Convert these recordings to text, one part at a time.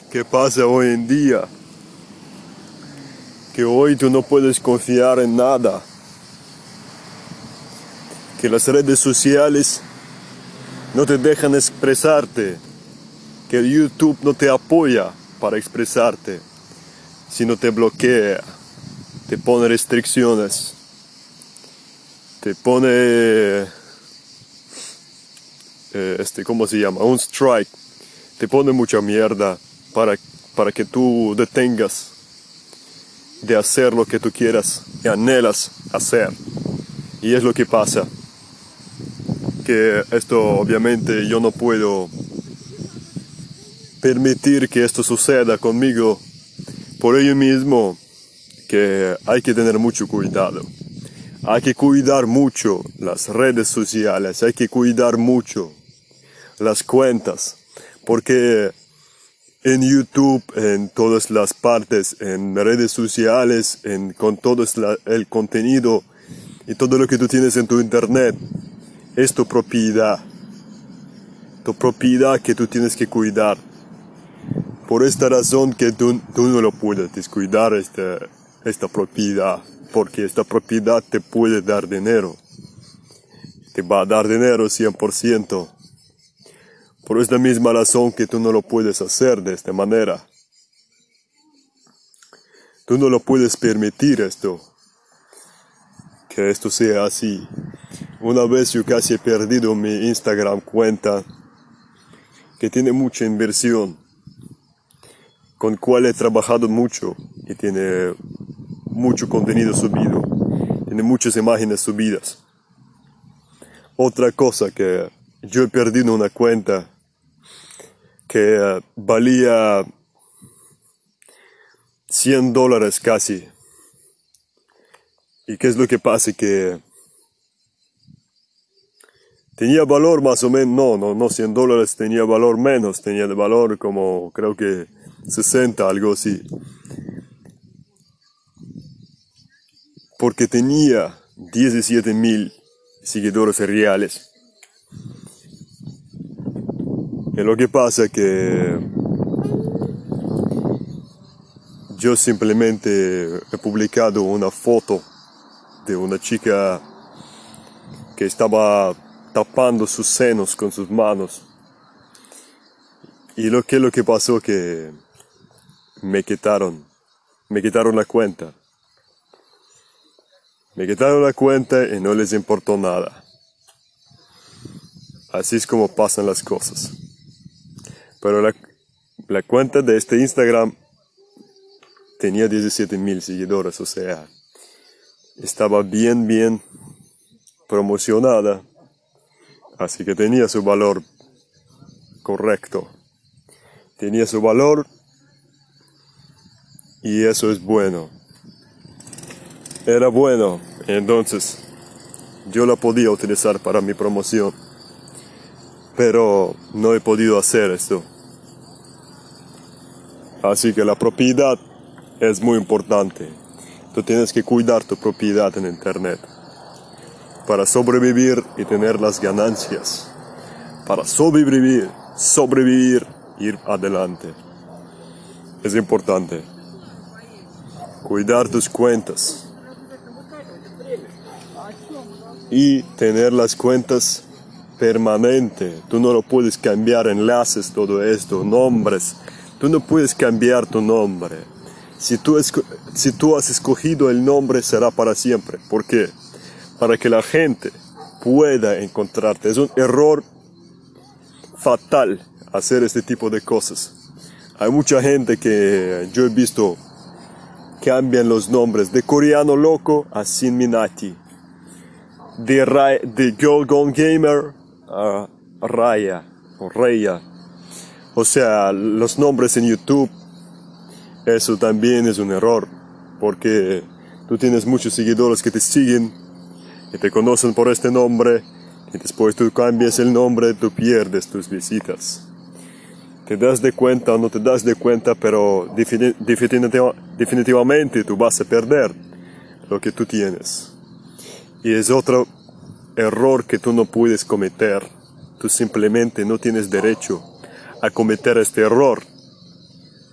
¿Qué pasa hoy en día? Que hoy tú no puedes confiar en nada. Que las redes sociales no te dejan expresarte. Que el YouTube no te apoya para expresarte, sino te bloquea, te pone restricciones, te pone, ¿cómo se llama? Un strike, te pone mucha mierda para que tú detengas de hacer lo que tú quieras y anhelas hacer. Y es lo que pasa, que esto obviamente yo no puedo permitir que esto suceda conmigo. Por ello mismo que hay que tener mucho cuidado. Hay que cuidar mucho las redes sociales, hay que cuidar mucho las cuentas, porque en YouTube, en todas las partes, en redes sociales, con todo el contenido y todo lo que tú tienes en tu internet, es tu propiedad que tú tienes que cuidar. Por esta razón que tú no lo puedes descuidar esta propiedad, porque esta propiedad te puede dar dinero, te va a dar dinero 100%. Por esta misma razón que tú no lo puedes hacer de esta manera. Tú no lo puedes permitir que esto sea así. Una vez yo casi he perdido mi Instagram cuenta, que tiene mucha inversión, con cual he trabajado mucho y tiene mucho contenido subido, tiene muchas imágenes subidas. Otra cosa que yo he perdido una cuenta que valía $100 casi. ¿Y qué es lo que pasa? Que tenía valor más o menos, no $100, tenía valor menos, tenía de valor como creo que 60, algo así. Porque tenía 17,000 seguidores reales. Y lo que pasa es que yo simplemente he publicado una foto de una chica que estaba tapando sus senos con sus manos. Y lo que pasó que me quitaron la cuenta. Me quitaron la cuenta y no les importó nada. Así es como pasan las cosas. Pero la cuenta de este Instagram tenía 17,000 seguidores, o sea, estaba bien promocionada. Así que tenía su valor correcto. Tenía su valor y eso es bueno. Era bueno, entonces yo la podía utilizar para mi promoción. Pero no he podido hacer esto. Así que la propiedad es muy importante. Tú tienes que cuidar tu propiedad en internet para sobrevivir y tener las ganancias. Para sobrevivir, ir adelante. Es importante cuidar tus cuentas y tener las cuentas permanente. Tú no lo puedes cambiar, enlaces, todo esto, nombres. Tú no puedes cambiar tu nombre. Si tú has escogido el nombre, será para siempre. ¿Por qué? Para que la gente pueda encontrarte. Es un error fatal hacer este tipo de cosas. Hay mucha gente que yo he visto cambian los nombres de Coreano Loco a Sin Minati, de Girl Gone Gamer a Raya o Reya. O sea, los nombres en YouTube, eso también es un error, porque tú tienes muchos seguidores que te siguen y te conocen por este nombre, y después tú cambias el nombre, tú pierdes tus visitas. Te das de cuenta o no te das de cuenta, pero definitivamente tú vas a perder lo que tú tienes. Y es otro error que tú no puedes cometer. Tú simplemente no tienes derecho a cometer este error.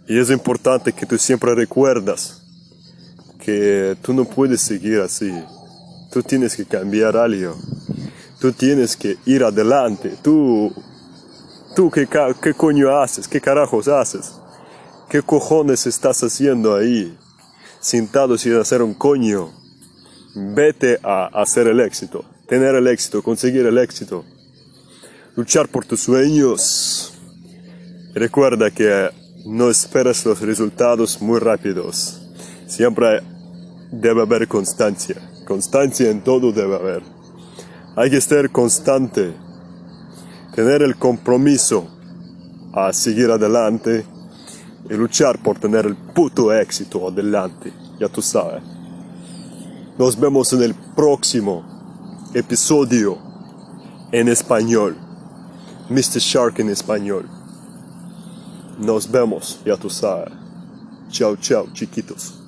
Y es importante que tú siempre recuerdas que tú no puedes seguir así. Tú tienes que cambiar algo. Tú tienes que ir adelante. Tú ¿qué coño haces? ¿Qué carajos haces? ¿Qué cojones estás haciendo ahí? Sentado sin hacer un coño. Vete a hacer el éxito. Tener el éxito, conseguir el éxito. Luchar por tus sueños. Recuerda que no esperes los resultados muy rápidos. Siempre debe haber constancia. Constancia en todo debe haber. Hay que ser constante. Tener el compromiso a seguir adelante y luchar por tener el puto éxito adelante. Ya tú sabes. Nos vemos en el próximo episodio en español. Mr. Shark en español. Nos vemos, ya tú sabes. Chao, chao, chiquitos.